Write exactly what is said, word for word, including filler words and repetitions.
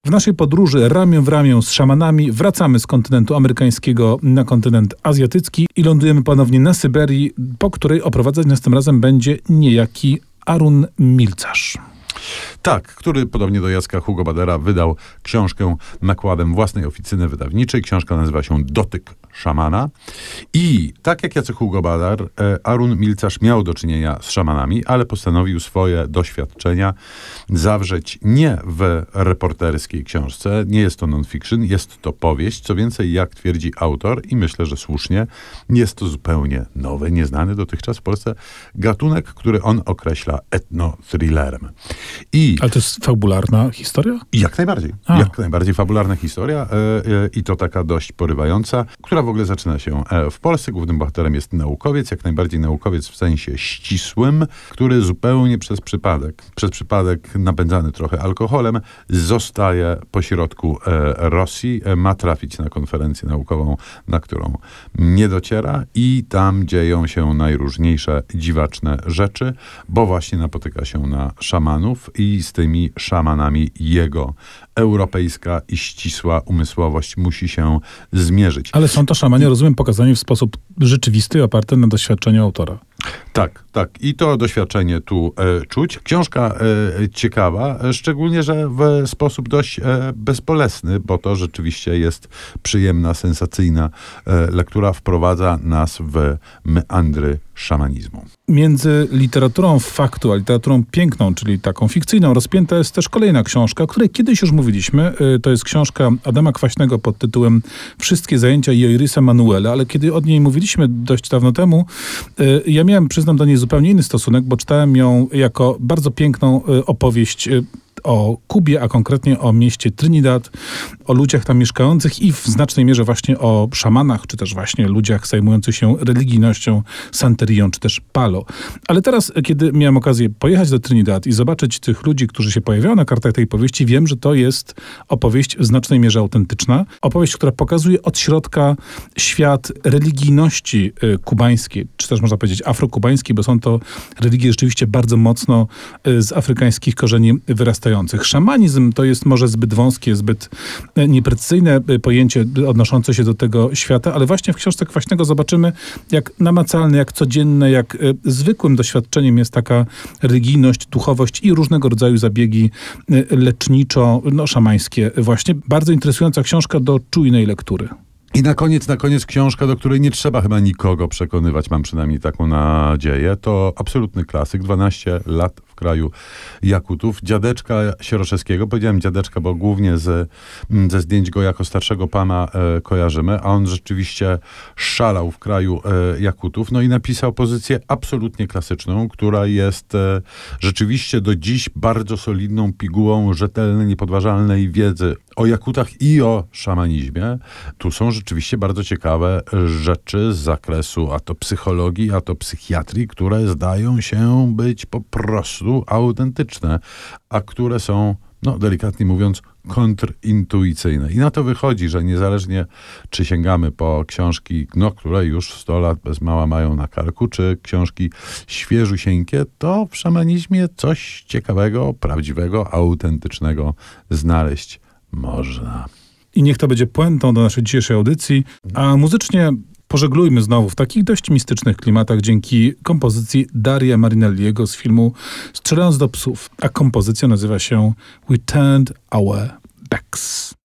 W naszej podróży ramię w ramię z szamanami wracamy z kontynentu amerykańskiego na kontynent azjatycki i lądujemy ponownie na Syberii, po której oprowadzać nas tym razem będzie niejaki Arun Milcarz. Tak, który podobnie do Jacka Hugo Badera wydał książkę nakładem własnej oficyny wydawniczej. Książka nazywa się Dotyk szamana. I tak jak Jacek Hugo Bader, Arun Milcarz miał do czynienia z szamanami, ale postanowił swoje doświadczenia zawrzeć nie w reporterskiej książce. Nie jest to non-fiction, jest to powieść. Co więcej, jak twierdzi autor, i myślę, że słusznie, jest to zupełnie nowy, nieznany dotychczas w Polsce gatunek, który on określa etno-thrillerem. I Ale to jest fabularna historia? Jak najbardziej. A. Jak najbardziej fabularna historia e, e, i to taka dość porywająca, która w ogóle zaczyna się e, w Polsce. Głównym bohaterem jest naukowiec, jak najbardziej naukowiec w sensie ścisłym, który zupełnie przez przypadek, przez przypadek napędzany trochę alkoholem, zostaje pośrodku e, Rosji, e, ma trafić na konferencję naukową, na którą nie dociera i tam dzieją się najróżniejsze dziwaczne rzeczy, bo właśnie napotyka się na szamanów i z tymi szamanami jego europejska i ścisła umysłowość musi się zmierzyć. Ale są to szamani, rozumiem, pokazani w sposób rzeczywisty, oparty na doświadczeniu autora. Tak, tak. I to doświadczenie tu e, czuć. Książka e, ciekawa, e, szczególnie, że w sposób dość e, bezbolesny, bo to rzeczywiście jest przyjemna, sensacyjna e, lektura, wprowadza nas w meandry szamanizmu. Między literaturą faktu a literaturą piękną, czyli taką fikcyjną, rozpięta jest też kolejna książka, o której kiedyś już mówiliśmy. To jest książka Adama Kwaśnego pod tytułem Wszystkie zajęcia Joirisa Manuela, ale kiedy od niej mówiliśmy dość dawno temu, ja miałem, przyznam, do niej zupełnie inny stosunek, bo czytałem ją jako bardzo piękną opowieść o Kubie, a konkretnie o mieście Trinidad, o ludziach tam mieszkających i w znacznej mierze właśnie o szamanach, czy też właśnie ludziach zajmujących się religijnością, santerią, czy też palo. Ale teraz, kiedy miałem okazję pojechać do Trinidad i zobaczyć tych ludzi, którzy się pojawiają na kartach tej powieści, wiem, że to jest opowieść w znacznej mierze autentyczna. Opowieść, która pokazuje od środka świat religijności kubańskiej, czy też można powiedzieć afrokubańskiej, bo są to religie rzeczywiście bardzo mocno z afrykańskich korzeni wyrastające. Szamanizm to jest może zbyt wąskie, zbyt nieprecyzyjne pojęcie odnoszące się do tego świata, ale właśnie w książce Kwaśnego zobaczymy, jak namacalne, jak codzienne, jak zwykłym doświadczeniem jest taka religijność, duchowość i różnego rodzaju zabiegi leczniczo, no szamańskie właśnie. Bardzo interesująca książka do czujnej lektury. I na koniec, na koniec książka, do której nie trzeba chyba nikogo przekonywać, mam przynajmniej taką nadzieję. To absolutny klasyk, dwanaście lat w kraju Jakutów. Dziadeczka Sieroszewskiego, powiedziałem dziadeczka, bo głównie z, ze zdjęć go jako starszego pana e, kojarzymy, a on rzeczywiście szalał w kraju e, Jakutów. No i napisał pozycję absolutnie klasyczną, która jest e, rzeczywiście do dziś bardzo solidną pigułą rzetelnej, niepodważalnej wiedzy o Jakutach i o szamanizmie. Tu są rzeczywiście bardzo ciekawe rzeczy z zakresu a to psychologii, a to psychiatrii, które zdają się być po prostu autentyczne, a które są, no delikatnie mówiąc, kontrintuicyjne. I na to wychodzi, że niezależnie czy sięgamy po książki, no, które już sto lat bez mała mają na karku, czy książki świeżusieńkie, to w szamanizmie coś ciekawego, prawdziwego, autentycznego znaleźć można. I niech to będzie puentą do naszej dzisiejszej audycji, a muzycznie pożeglujmy znowu w takich dość mistycznych klimatach dzięki kompozycji Daria Marinelliego z filmu Strzelając do psów, a kompozycja nazywa się We Turned Our